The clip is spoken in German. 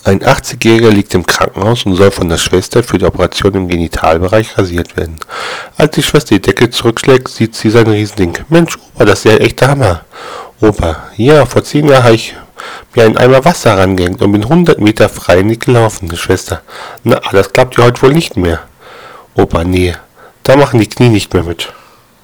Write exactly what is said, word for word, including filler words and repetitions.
Ein achtzigjähriger liegt im Krankenhaus und soll von der Schwester für die Operation im Genitalbereich rasiert werden. Als die Schwester die Decke zurückschlägt, sieht sie sein Riesending. Mensch, Opa, das ist ja ein echter Hammer. Opa, ja, vor zehn Jahren habe ich mir einen Eimer Wasser rangehängt und bin hundert Meter frei nicht gelaufen. Die Schwester, na, das klappt ja heute wohl nicht mehr. Opa, nee, da machen die Knie nicht mehr mit.